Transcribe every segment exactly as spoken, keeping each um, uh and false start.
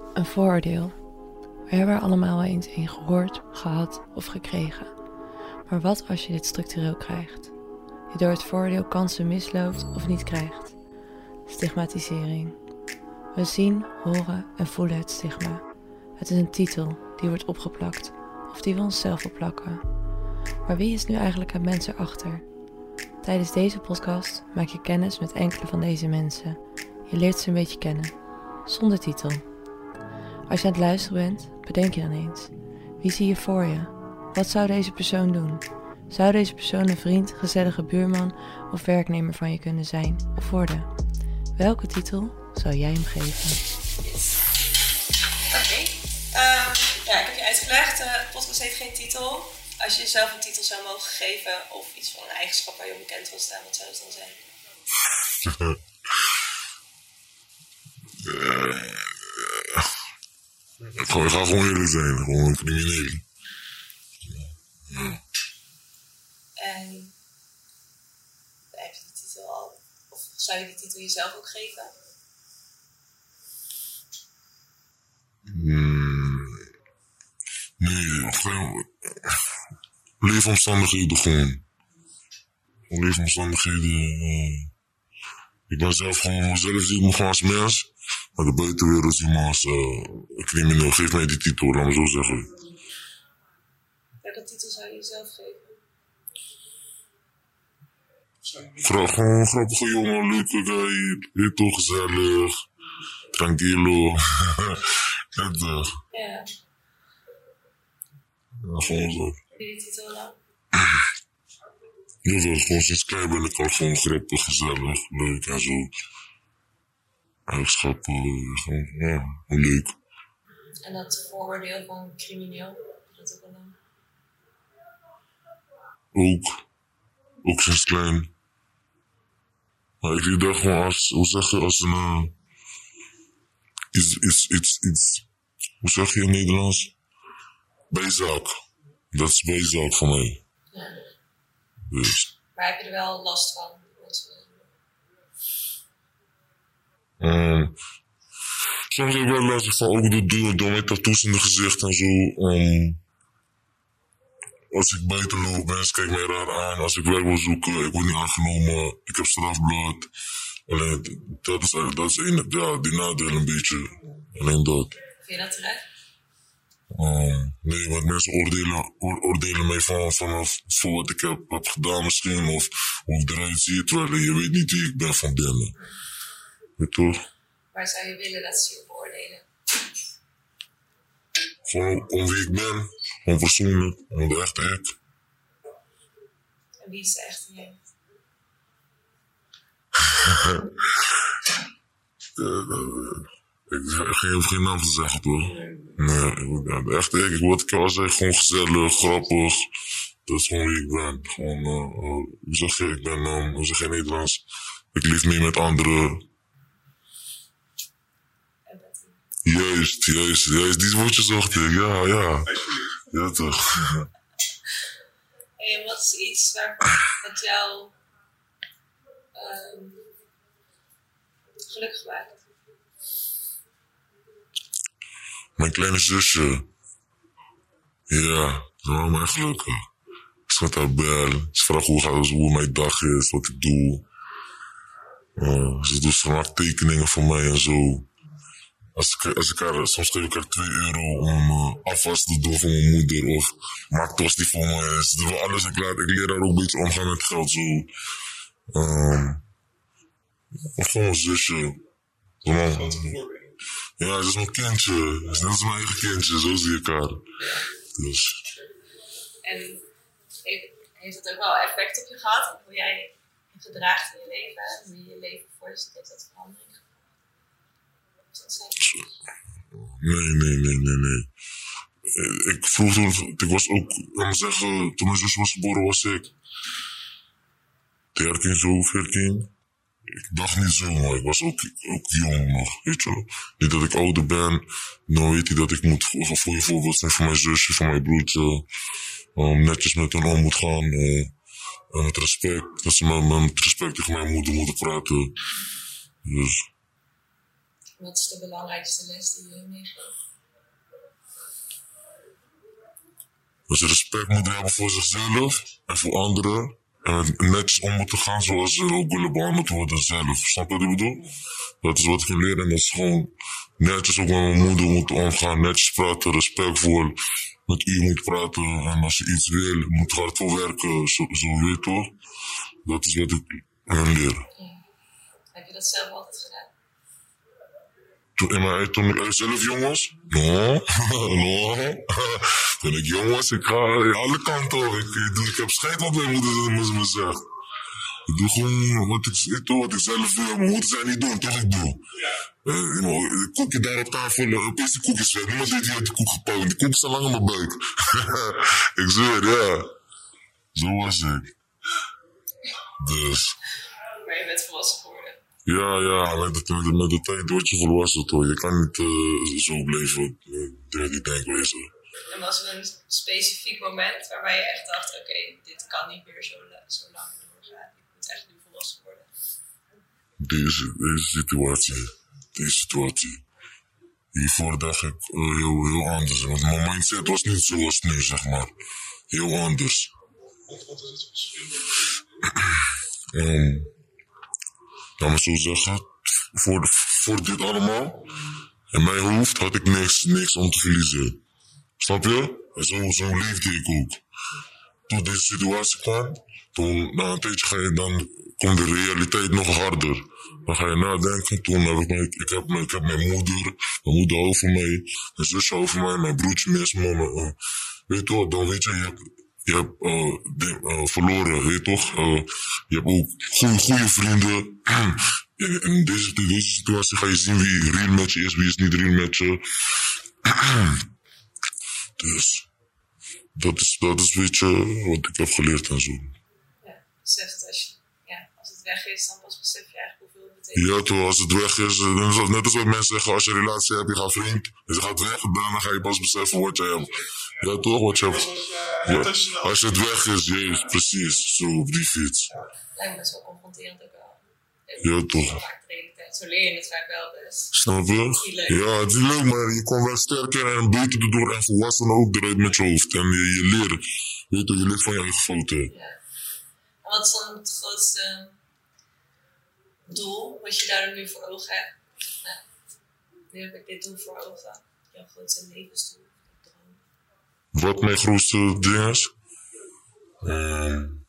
Een vooroordeel. We hebben er allemaal wel eens een gehoord, gehad of gekregen. Maar wat als je dit structureel krijgt? Je door het vooroordeel kansen misloopt of niet krijgt. Stigmatisering. We zien, horen en voelen het stigma. Het is een titel die wordt opgeplakt of die we onszelf opplakken. Maar wie is nu eigenlijk het mens erachter? Tijdens deze podcast maak je kennis met enkele van deze mensen. Je leert ze een beetje kennen, zonder titel. Als je aan het luisteren bent, bedenk je dan eens. Wie zie je voor je? Wat zou deze persoon doen? Zou deze persoon een vriend, gezellige buurman of werknemer van je kunnen zijn of worden? Welke titel zou jij hem geven? Oké, okay. um, ja, ik heb je uitgelegd. De uh, podcast heeft geen titel. Als je jezelf een titel zou mogen geven of iets van een eigenschap waar je onbekend wil staan, wat zou het dan zijn? Ik ga, ik ga gewoon eerlijk zijn, gewoon een crimineel. Ja. En heb je die titel al, of zou je die titel jezelf ook geven? Hmm. Nee, gewoon leefomstandigheden gewoon. Gewoon leefomstandigheden. Uh, ik ben zelf gewoon, zelf zie ik me gewoon als mens. Maar de buitenwereld zie ik me als uh, crimineel. Geef mij die titel, laat me zo zeggen. Welke titel zou je jezelf geven? Gra- gewoon een grappige jongen, leuke guy, heel toch gezellig, tranquilo. Net uh, Ja. Ja, gewoon zo. Heb je die titel dan? Ja, dat is gewoon sinds klein ben ik al gewoon grappig, gezellig, leuk en zo. Eigenschappen, gewoon, ja, leuk. En dat vooroordeel van crimineel, heb je dat ook al dan? Ook. Ook sinds klein. Maar ik zie dat gewoon als, hoe zeg je, als een, uh, iets, iets, iets, iets, hoe zeg je in Nederlands? Bijzaak. Dat is bijzaak voor mij. Ja. Dus. Maar heb je er wel last van? Um, soms heb ik wel last van, ook door, door, door mijn tattoos in het gezicht en zo. Um, als ik buiten loop, mensen kijken mij raar aan. Als ik werk wil zoeken, ik word niet aangenomen, ik heb strafblad. Alleen, dat is, dat is een, ja, die nadeel een beetje. Alleen dat. Vind je dat terecht? Um, nee, want mensen oordelen, oor, oordelen mij van, vanaf voor wat ik heb, heb gedaan misschien, of hoe ik eruit zie. Terwijl je weet niet wie ik ben van binnen. Weet toch? Waar zou je willen dat ze je beoordelen? Gewoon om wie ik ben, gewoon persoonlijk, om de echte ik. En wie is de echte jij? Ik hoef geen naam te zeggen, toch? Nee, de echte ik, wat ik al zei, gewoon gezellig, grappig. Dat is gewoon wie ik ben. Gewoon, uh, uh, hoe zeg je, ik ben, um, hoe zeg je in Nederlands? Ik leef mee met anderen. Juist, juist, juist, die woordjes zocht ik, ja, ja. Ja, toch. En wat is iets waarvan het jou um, gelukkig maakt? Mijn kleine zusje. Ja, ze maakt mij gelukkig. Ik schat haar bel. Ze vraagt hoe, gaat, hoe mijn dag is, wat ik doe. Uh, ze doet vaak tekeningen voor mij en zo. Als ik, als ik haar, soms geef ik haar twee euro om uh, afwas te doen voor mijn moeder. Of maak tosti voor mij. Ze doet alles. Ik, laat, ik leer haar ook een beetje omgaan met geld. Zo. Um, of gewoon een zusje. Zo, ja, ze is mijn kindje. Het is net als mijn eigen kindje. Zo zie ik haar. Dus. En heeft, heeft het ook wel effect op je gehad? Hoe jij je gedraagt in je leven? Hoe je je leven voor je ziet? Heeft dat verandering? Nee, nee, nee, nee, nee. Ik vroeg toen, ik was ook, laat me zeggen, toen mijn zus was geboren was ik dertien, zo, veertien. Ik dacht niet zo, maar ik was ook, ook jong nog, weet je wel. Niet dat ik ouder ben, nou weet je dat ik moet voor, voor je voorbeeld zijn voor mijn zusje, voor mijn broertje. Um, netjes met hen om moet gaan, uh, uh, met respect. Dat ze met, met respect tegen mijn moeder moeten praten. Dus. Wat is de belangrijkste les die je hem meegeeft? Dat je respect moet hebben voor zichzelf en voor anderen. En netjes om moeten gaan zoals ze ook willen behandeld worden zelf. Snap je wat ik bedoel? Dat is wat ik leer en dat is gewoon netjes ook met mijn moeder moeten omgaan. Netjes praten, respectvol met u moet praten. En als je iets wil, moet hard voor werken. Zo, zo weet je toch? Dat is wat ik hen leer. Ja. Heb je dat zelf altijd gedaan? Toen, in mijn, toen ik zelf jong was? No, no. Toen ik jong was, ik ga alle kanten op. Ik, ik, ik heb scheid wat mijn moeder me zegt. Ik doe gewoon wat ik, ik, doe, wat ik zelf wil. Mijn moeder zei niet doen, toch ik doe. Uh, you know, koekje daar op tafel, uh, opeens die koekjes weg. Niemand weet wie uit die koek gepakt. Die koek staat lang in mijn buik. Ik zweer, ja. Zo was ik. Dus. Maar je bent volwassen geworden. Ja, ja, met de, met de, met de tijd word je volwassen toch. Je kan niet uh, zo blijven uh, dirty denkwezen. En was er een specifiek moment waarbij je echt dacht, oké, okay, dit kan niet meer zo, zo lang doorgaan. Ik moet echt nu volwassen worden. Deze, deze situatie, deze situatie. Hiervoor dacht ik uh, heel, heel anders. Want mijn mindset was niet zoals nu, zeg maar. Heel anders. Wat is het? um, Laat me zo zeggen, voor, voor dit allemaal, in mijn hoofd had ik niks, niks om te verliezen. Snap je? En zo, zo leefde ik ook. Toen deze situatie kwam, toen na een tijdje ga je dan, komt de realiteit nog harder. Dan ga je nadenken, toen heb ik, mijn, ik, heb, mijn, ik heb mijn moeder, mijn moeder over mij, mijn zusje over mij, mijn broertje mis me. Uh, weet je wat, dan weet je, je hebt, je hebt uh, de, uh, verloren, weet je toch? Uh, je hebt ook goede, goede vrienden. In, in deze, in deze situatie ga je zien wie real met je is, wie is niet real met je. Dus, dat is, dat is een beetje wat ik heb geleerd en zo. Ja, besef het als, je, ja, als het weg is, dan pas besef je eigenlijk hoeveel het betekent. Ja, toch, als het weg is, net als wat mensen zeggen, als je een relatie hebt, je gaat vriend, en je gaat weg, dan ga je pas beseffen wat je hebt. Ja, toch, wat je hebt. Ja, als het weg is, jezus, precies, zo op die fiets. Lijkt me best wel confronterend ook wel. Ja, toch. Vaak de hele tijd. Zo leer je het vaak wel best. Snap je? Ja, het is leuk, maar je komt wel sterker en beter erdoor en volwassen ook eruit met je hoofd. En je, je leert, weet je, je leert van je eigen fouten. Ja. En wat is dan het grootste doel wat je daar nu voor ogen hebt? Nou, nu heb ik dit doel voor ogen. Jouw grootste levensdoel. Droom. Wat mijn grootste ding is? Um,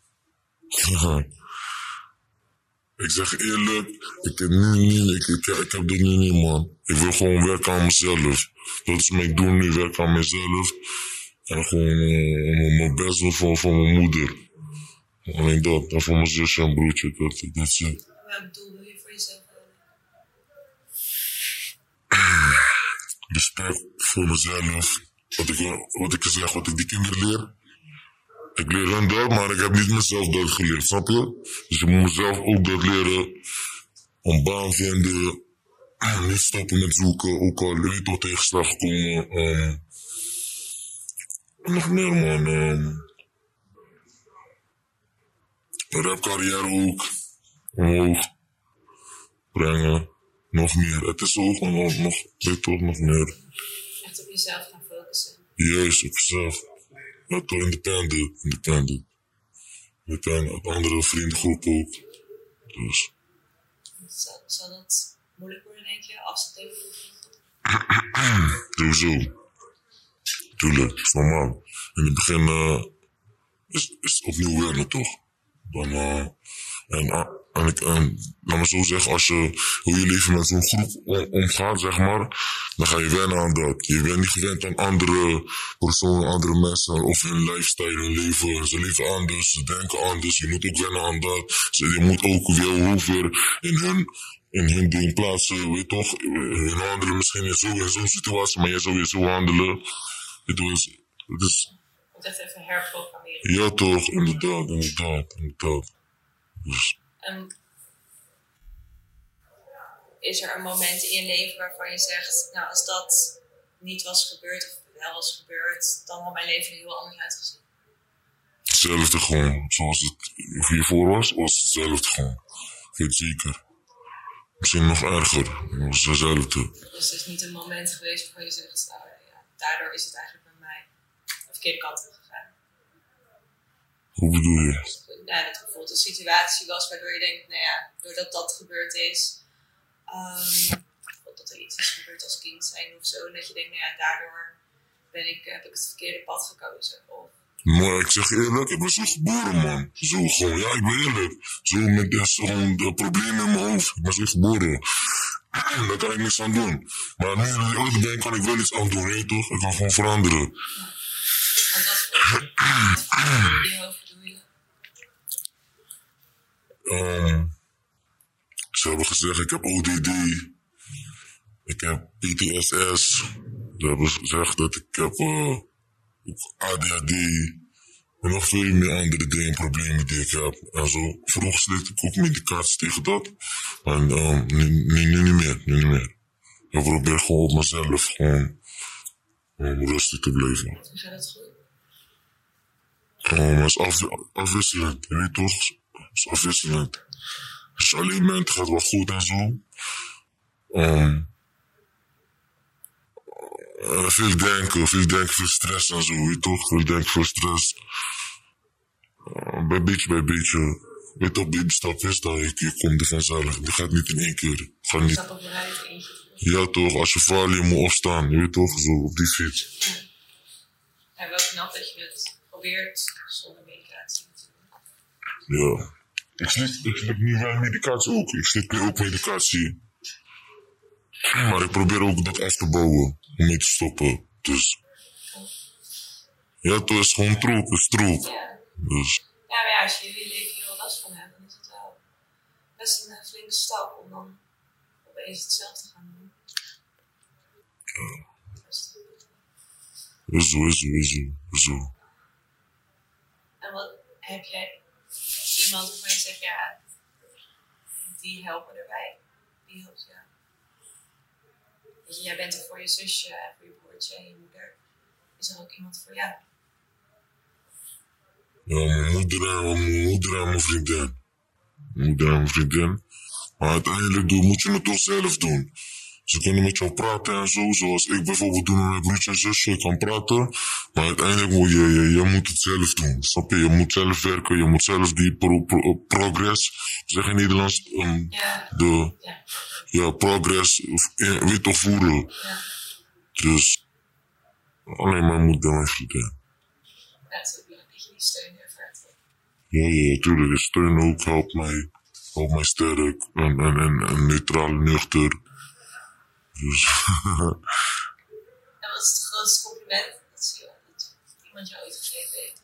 ik zeg eerlijk, ik heb nu niet, ik, ik, ik heb dit nu niet, man. Ik wil gewoon werken aan mezelf. Dat is mijn doel nu, werken aan mezelf. En gewoon uh, mijn best doen voor, voor mijn moeder. Alleen dat, en voor mijn zusje en broertje, dat, dat is het. Welk doel wil je voor jezelf hebben? Respect voor mezelf. Wat ik, wat ik zeg, wat ik die kinderen leer. Ik leer hen dat, maar ik heb niet mezelf dat geleerd, snap je? Dus ik moet mezelf ook dat leren. Een baan vinden. Niet stoppen met zoeken, ook al weet tot tegenslag komen. Um, en nog meer, man. Um, een rapcarrière ook. Omhoog. Brengen. Nog meer. Het is ook nog, nog, weet toch, nog meer. Echt op jezelf gaan focussen. Juist, op jezelf. Ja, toch independent, independent. Independent, andere vriendengroep ook. Dus. Zal, zal dat moeilijk worden, denk je? Afstand even voor Sowieso. Tuurlijk, is normaal. In het begin uh, is, is het opnieuw wennen, toch? Dan, uh, en, uh, en, ik, en laat me zo zeggen, als je, hoe je leven met zo'n groep om, omgaat, zeg maar, dan ga je wennen aan dat. Je bent niet gewend aan andere personen, andere mensen, of hun lifestyle, hun leven. Ze leven anders, ze denken anders. Je moet ook wennen aan dat. Je moet ook weer hoger in hun, in hun ding plaatsen, weet je toch? Hun handelen misschien in zo'n zo situatie, maar jij zou weer zo handelen. Weet je, dus, dus, je moet echt even herprogrammeren. ja toch, inderdaad, inderdaad, inderdaad. Dus. Um, is er een moment in je leven waarvan je zegt, nou als dat niet was gebeurd of wel was gebeurd, dan had mijn leven er heel anders uitgezien? Hetzelfde gewoon, zoals het hiervoor was, was hetzelfde gewoon. Weet zeker. Misschien nog erger. Dat was hetzelfde. Dus het is niet een moment geweest waarvan je zegt, nou ja, daardoor is het eigenlijk met mij de verkeerde kant op gegaan. Hoe bedoel je? Nou, dat er bijvoorbeeld een situatie was waardoor je denkt, nou ja, doordat dat gebeurd is, um, dat er iets is gebeurd als kind zijn of zo, en dat je denkt, nou ja, daardoor ben ik, heb ik het verkeerde pad gekozen. Of... Maar ik zeg eerlijk, ik ben zo geboren, man. Zo gewoon, ja, ik ben eerlijk. Zo met uh, zo'n uh, probleem in mijn hoofd. Ik ben zo geboren. Daar kan ik niks aan doen. Maar nu dat ik ouder ben, kan ik wel iets aan doen, hè, toch? Ik kan gewoon veranderen. Ja. Want wat voor je hoofd bedoel je? Um, ze hebben gezegd, ik heb O D D. Ik heb P T S S. Ze hebben gezegd dat ik heb uh, A D H D. En nog veel meer andere dingen, problemen die ik heb. En zo. Vroeger slikte ik ook medicatie tegen dat. En um, nu, nu, nu niet meer, nu niet meer. Ik probeer gewoon op mezelf gewoon um, rustig te blijven. Hoe gaat het goed? Um, het is af, afwisselend, je weet toch? Het is afwisselend. Als je alleen bent, gaat het wel goed en zo. Um, uh, veel denken, veel denken, veel stress en zo, weet toch? Veel denken, veel stress. Uh, bij beetje bij beetje. Weet toch, baby stap is dat, je, je komt er vanzelf. Je gaat niet in één keer. Gaat niet. Stap op vooruit, eentje. Ja toch, als je valt, je moet opstaan, je weet toch? Zo, op die fiets. Ja. En wel knap dat je het probeert zonder medicatie te doen. Ja. Ik slik, ik slik nu wel medicatie ook. Ik slik nu ook medicatie. Maar ik probeer ook dat af te bouwen. Om mee te stoppen. Dus. Ja, toch is gewoon troep. Het is troep. Ja. Dus. Ja, maar ja, als je je hele leven hier wel last van hebt, dan is het wel best een uh, flinke stap om dan opeens hetzelfde te gaan doen. Ja. Is zo, is zo, is zo, is zo. En wat heb jij iemand waarvan je zegt, ja, die helpen erbij? Die helpt je. Weet je, jij bent er voor je zusje, voor je broertje en je moeder. Is er ook iemand voor jou? Ja, mijn moeder en mijn moeder en mijn vriendin. Mijn moeder en mijn vriendin. Maar uiteindelijk doe, moet je het toch zelf doen. Ze kunnen met jou praten en zo, zoals ik bijvoorbeeld doe met mijn broertje en zusje. Je kan praten, maar uiteindelijk moet je, je, je moet het zelf doen. Snap je? Je moet zelf werken, je moet zelf die pro, pro, progress, zeg in Nederlands, um, Ja. de, Ja. ja, progress, eh, weet toch, voeren. Ja. Dus, alleen mijn moeder en mijn vriendin. Dat is ook wel een beetje die steun ervaart. Ja, ja, natuurlijk. De steun ook helpt mij, helpt mij sterk en, en, en, en neutraal, nuchter. Dus, En wat is het grootste compliment dat, ze, dat iemand jou ooit gegeven heeft?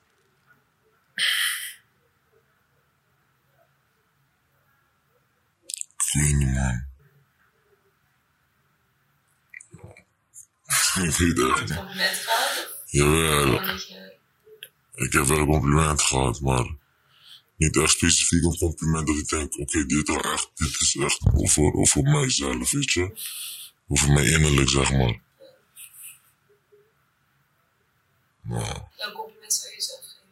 ik weet niet, man. Ik weet echt niet. Compliment gehad? Jawel, Gewoon dat je... ik heb wel een compliment gehad, maar niet echt specifiek een compliment dat ik denk, oké, okay, dit, echt, dit is echt over, over mijzelf, weet je. Over mij innerlijk, zeg maar. Nou, Welk compliment zou je jezelf geven?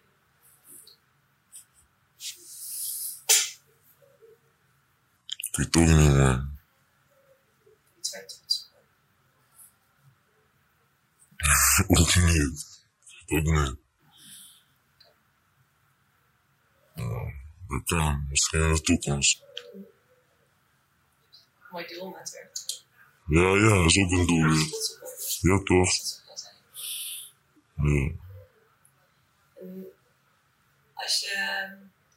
ik weet ook niet, man. Iets waar je trots op bent. Ook niet. Ook niet. Nou, dat kan. Misschien in de toekomst. Mooi doel om aan het werk te gaan. Ja, ja, dat is ook een doel. Ja, Trots op worden. ja toch? Dat zou wel zijn. Ja. En als je...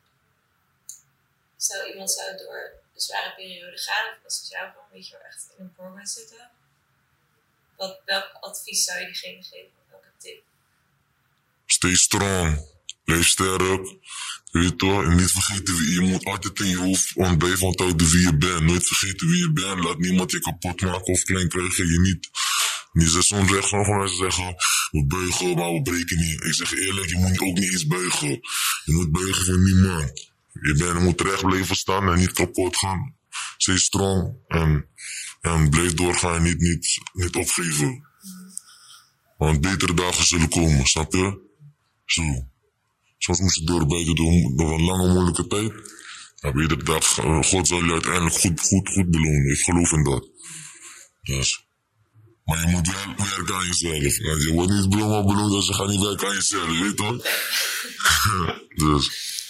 Stel iemand zou door een zware periode gaan, of als ze jou gewoon een beetje echt in een progress zitten. Wat, welk advies zou je diegene geven? Welke tip? Stay strong. Blijf sterk. Je weet toch? En niet vergeten wie je moet altijd in je hoofd on blijven onthouden wie je bent. Nooit vergeten wie je bent. Laat niemand je kapot maken of klein krijgen. Je niet. Niet zo soms rechts sommige mensen zeggen, we buigen, maar we breken niet. Ik zeg eerlijk, je moet ook niet eens buigen. Je moet buigen voor niemand. Je, bent, je moet recht blijven staan en niet kapot gaan. Stay strong en, en blijf doorgaan en niet, niet, niet opgeven. Want betere dagen zullen komen, snap je? Zo. Soms moet je doorbijten door, door een lange moeilijke tijd. Op iedere dag, uh, God zal je uiteindelijk goed, goed, goed belonen. Ik geloof in dat. Dus. Maar je moet wel werken aan jezelf. Want je wordt niet bloemen beloond als je gaat niet werken aan jezelf, je weet toch? Dus.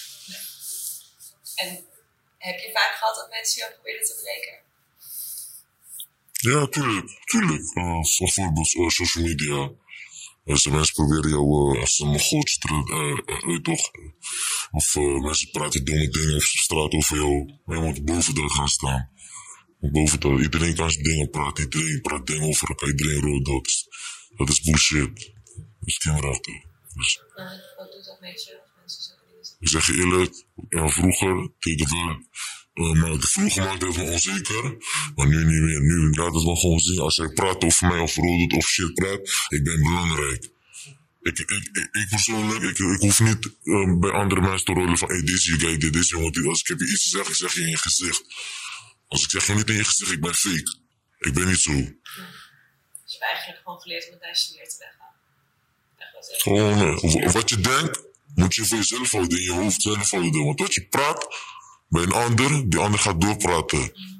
En heb je vaak gehad dat mensen jou probeerden te breken? Ja, tuurlijk. Tuurlijk. Uh, bijvoorbeeld uh, social media. Als de mensen proberen jou uh, als een gootje te uh, uh, weet toch? Of uh, mensen praten domme dingen op straat over jou. Maar je moet boven dat gaan staan. Boven dat. Iedereen kan zijn dingen praten. Iedereen praat dingen over elkaar. Iedereen rood. Dat is, dat is bullshit. Dat is kinderachtig. Dus. Uh, wat doet dat met je als mensen zo dingen zeggen? Ik zeg je eerlijk. Ja, vroeger deed het wel. Uh, maar vroeger maakte het me onzeker. Maar nu niet meer. Nu laat het me gewoon zien. Als jij praat over mij of rood of shit praat. Ik ben belangrijk. Ik, ik, ik, ik persoonlijk, ik, ik hoef niet um, bij andere mensen te rollen van hey, deze guy, dit, deze jongen, dit. Als ik heb je iets te zeggen, ik zeg je in je gezicht. Als ik zeg je niet in je gezicht, ik ben fake. Ik ben niet zo. Ja. Dus je hebt eigenlijk gewoon geleerd om het naast je neer te leggen. Gewoon, uh, wat je denkt, moet je voor jezelf houden, in je hoofd zelf houden. Want wat je praat bij een ander, die ander gaat doorpraten. Mm.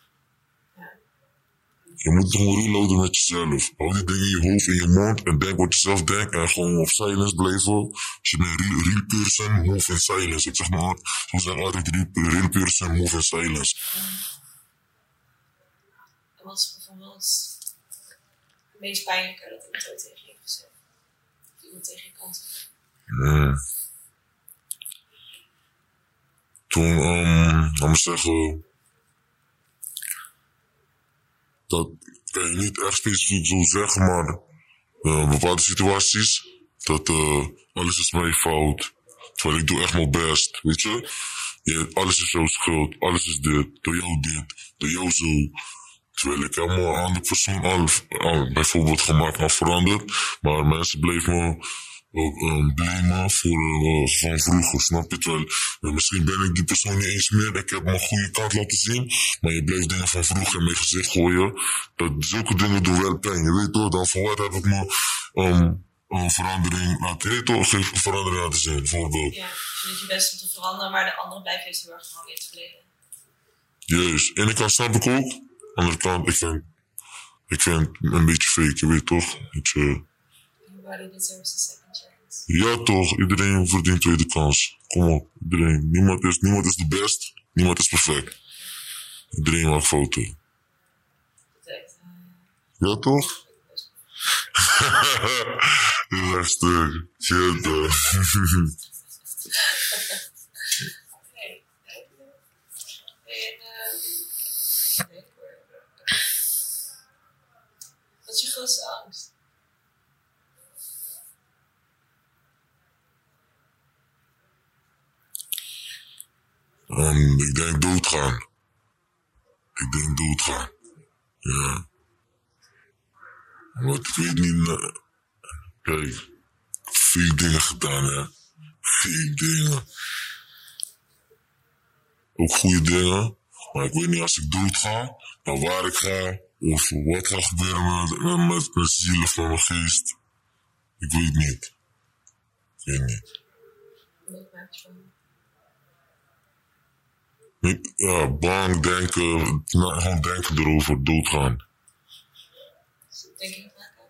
Je moet gewoon reloaden met jezelf. Hou die dingen in je hoofd, in je mond en denk wat je zelf denkt. En gewoon op silence blijven. Als je bent een real, real person, move in silence. Ik zeg maar, zo zeg altijd real, real person, move in silence. En wat is bijvoorbeeld het meest pijnlijke dat iemand ooit tegen je heeft gezegd? Of iemand tegen je kan zeggen? Hmm. Toen, um, laat me zeggen... Dat kan je niet echt specifiek zo zeggen, maar uh, bepaalde situaties, dat uh, alles is mijn fout. Terwijl ik doe echt mijn best, weet je? Ja, alles is jouw schuld, alles is dit, door jou dit, door jou zo. Terwijl ik helemaal een andere persoon al, al bijvoorbeeld gemaakt en veranderd, maar mensen bleven me ook um, blamen voor uh, van vroeger, snap je? Terwijl uh, misschien ben ik die persoon niet eens meer, ik heb mijn goede kant laten zien, maar je blijft dingen van vroeger in mijn gezicht gooien. Dat, zulke dingen doen wel pijn, je weet toch? Dan van wat heb ik me um, een verandering laten, je weet toch? Geen verandering laten zien, bijvoorbeeld. Ja, je doet je best om te veranderen, maar de andere blijft juist heel erg gehangen in het verleden. Juist, ene kant snap ik ook, andere kant, ik vind, ik vind een beetje fake, je weet toch? Dat je... Everybody deserves a second chance. Ja toch, iedereen verdient tweede kans. Kom op, iedereen. Niemand is, niemand is de best, niemand is perfect. Iedereen maakt fouten. Perfect. Ja toch? Heel erg stuk. Ja toch. Nee, nee. En, uh, nee, wat is je grootste angst? Um, ik denk doodgaan. Ik denk doodgaan. Ja. Want ik weet niet... Uh, kijk, veel dingen gedaan, hè. Veel dingen. Ook goede dingen. Maar ik weet niet als ik doodga, naar waar ik ga, of wat gaat gebeuren met, met, met mijn ziel of met mijn geest. Ik weet niet. Ik weet niet. Wat maakt je van? Niet, ja, bang, denken, nou, gewoon denken erover, doodgaan. Denk je dat maken?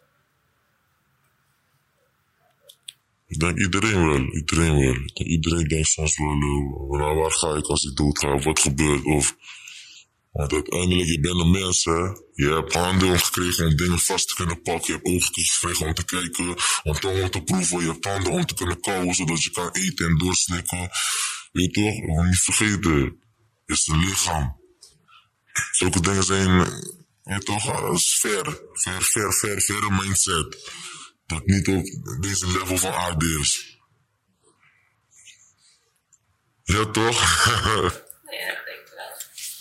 Ik denk iedereen wel, iedereen wel. Iedereen denkt soms wel, uh, nou, waar ga ik als ik doodga, of wat gebeurt, of... Want uiteindelijk, je bent een mens, hè. Je hebt handen gekregen om dingen vast te kunnen pakken. Je hebt ogen gekregen om te kijken, om tongen om te proeven. Je hebt tanden om te kunnen kauwen, zodat je kan eten en doorslikken. Weet je toch? Je moet niet vergeten. Het is een lichaam. Zulke dingen zijn, ja toch, dat is ver, ver, ver, ver, verre mindset. Dat niet op deze level van aarde is. Ja toch? Nee, ja, ik denk wel.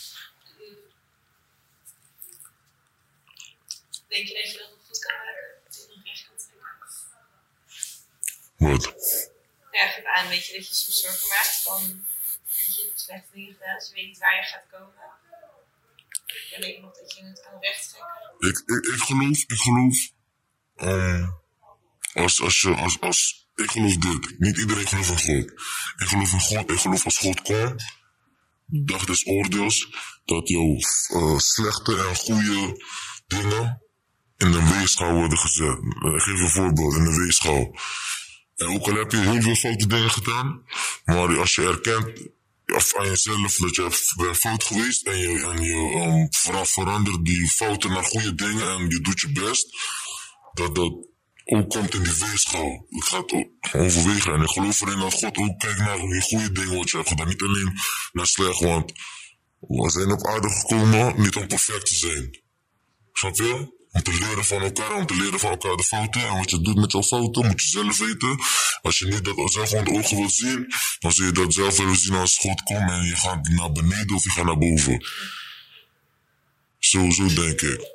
Denk je dat je dat nog goed kan maken? Dat je nog recht kan trekken? Wat? Ja, geef aan, weet je dat je soms zorgen maakt van... dat je het slechte dingen gedaan, dus je weet niet waar je gaat komen. En denk nog dat je het kan rechttrekken. Ik, ik, ik geloof, ik geloof, um, als, als je, als, als, ik geloof dit. Niet iedereen gelooft in God. Ik geloof in God, ik geloof als God komt, dag des oordeels, dat jouw uh, slechte en goede dingen in de weegschaal worden gezet. Ik geef een voorbeeld, in de weegschaal. En ook al heb je heel veel foute dingen gedaan, maar als je erkent aan jezelf dat je bent fout geweest en je, en je um, verandert die fouten naar goede dingen en je doet je best, dat dat ook komt in die weegschaal. Het gaat overwegen en ik geloof erin dat God ook kijkt naar die goede dingen wat je hebt gedaan. Niet alleen naar slecht, want we zijn op aarde gekomen niet om perfect te zijn. Snap je? Om te leren van elkaar, om te leren van elkaar de fouten. En wat je doet met jouw fouten, moet je zelf weten. Als je niet dat zelf onder de ogen wilt zien, dan zul je dat zelf willen zien als God komt en je gaat naar beneden of je gaat naar boven. Zo, zo denk ik.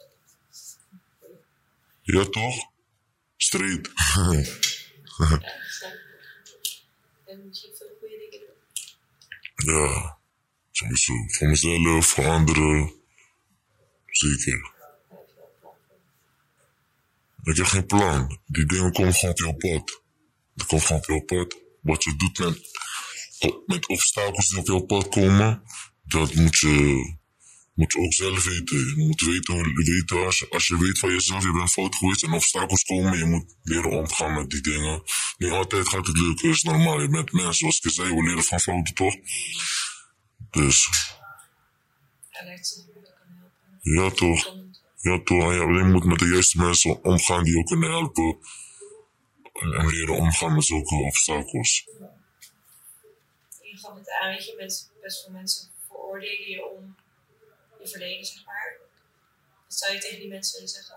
Ja toch? Straight. Ja, snap. En moet je veel goede dingen doen. Ja, sowieso. Voor mezelf, voor anderen. Zeker. Ik heb geen plan. Die dingen komen gewoon op jouw pad. Die komen gewoon op jouw pad. Wat je doet met, met obstakels die op jouw pad komen, dat moet je, moet je ook zelf weten. Je moet weten, weten als, je, als je weet van jezelf, je bent fout geweest en obstakels komen, je moet leren omgaan met die dingen. Niet altijd gaat het lukken, is normaal. Je bent mens, zoals ik zei, we leren van fouten toch? Dus. En echt zo dat kan helpen. Ja toch. Ja toch, en je alleen moet met de juiste mensen omgaan die je kunnen helpen. En leren omgaan met zulke obstakels. Je gaf het aan, weet je, best, best veel mensen veroordelen je om je verleden, zeg maar. Wat zou je tegen die mensen willen zeggen?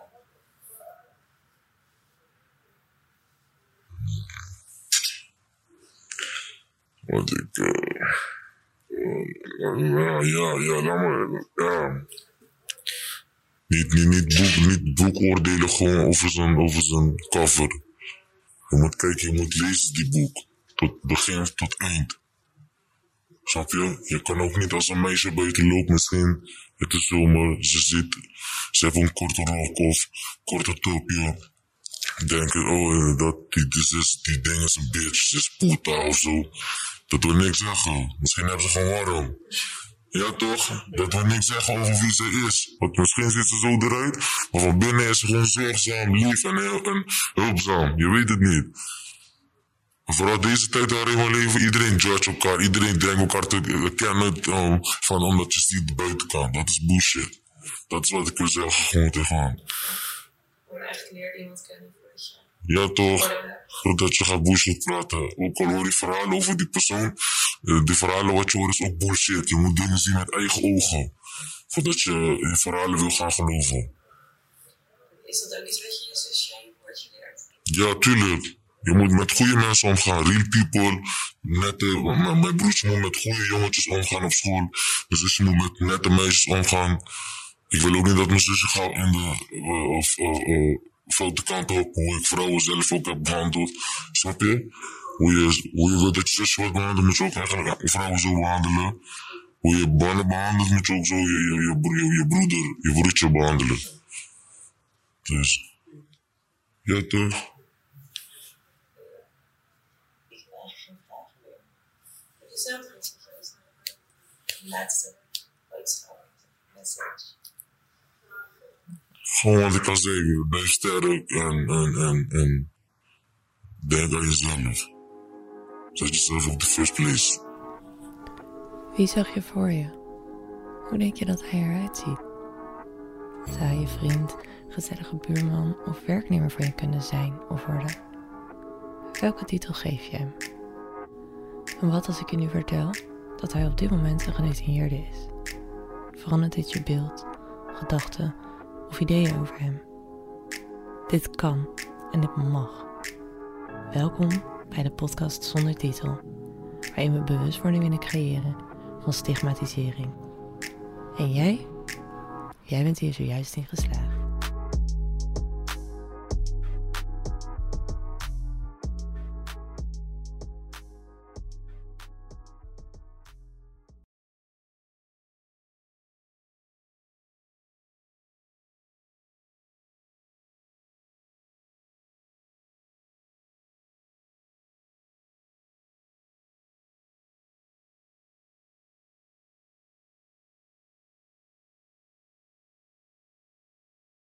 Wat ik... Uh, uh, ja, ja, ja, laat maar... Ja. Niet, niet, niet, boek, niet boekoordelen gewoon over zijn, over zijn cover. Je moet kijken, je moet lezen die boek. Tot begin tot eind. Snap je? Je kan ook niet als een meisje buiten loopt misschien. Het is zomer, ze zit, ze heeft een korte rok of korte topje. Denken, oh, dat, die, die, is, die ding is een bitch, ze is puta of zo. Dat wil niks zeggen. Misschien hebben ze gewoon warm. Ja toch? Dat wil niks zeggen over wie ze is. Want misschien ziet ze zo eruit, maar van binnen is ze gewoon zorgzaam, lief en, en hulpzaam. Je weet het niet. Vooral deze tijd waarin we leven, iedereen judge elkaar, iedereen denkt elkaar te kennen um, van omdat je ziet de buitenkant. Dat is bullshit. Dat is wat ik wil zeggen, gewoon tegenaan. Gewoon echt leer iemand kennen voordat je... Ja toch? Voordat je gaat bullshit praten. Ook al hoor je verhalen over die persoon, uh, die verhalen wat je hoort is ook bullshit. Je moet dingen zien met eigen ogen. Voordat je je verhalen wil gaan geloven. Is dat ook iets wat je je zusje wordt geleerd? Ja, tuurlijk. Je moet met goede mensen omgaan, real people. Nette, mijn, mijn broertje moet met goede jongetjes omgaan op school. Mijn zusje moet met nette meisjes omgaan. Ik wil ook niet dat mijn zusje gaat in de uh, of, uh, uh, foute kant op. Hoe ik vrouwen zelf ook heb behandeld. Snap je? Hoe je, hoe je wil dat je zusje wordt behandeld, moet je ook eigenlijk vrouwen zo behandelen. Hoe je mannen behandelt, moet je ook zo je, je, je, je, je broeder, je broertje behandelen. Dus, ja toch? Zelf iets geweest. De laatste boodschap. Message. Gewoon wat ik al zei, blijf sterk en, en, en, en denk aan jezelf. Zet jezelf op de first place. Wie zag je voor je? Hoe denk je dat hij eruit ziet? Zou hij je vriend, gezellige buurman of werknemer voor je kunnen zijn of worden? Welke titel geef je hem? En wat als ik je nu vertel dat hij op dit moment een gedetineerde is? Verandert dit je beeld, gedachten of ideeën over hem? Dit kan en dit mag. Welkom bij de podcast zonder titel, waarin we bewustwording willen creëren van stigmatisering. En jij? Jij bent hier zojuist in geslaagd.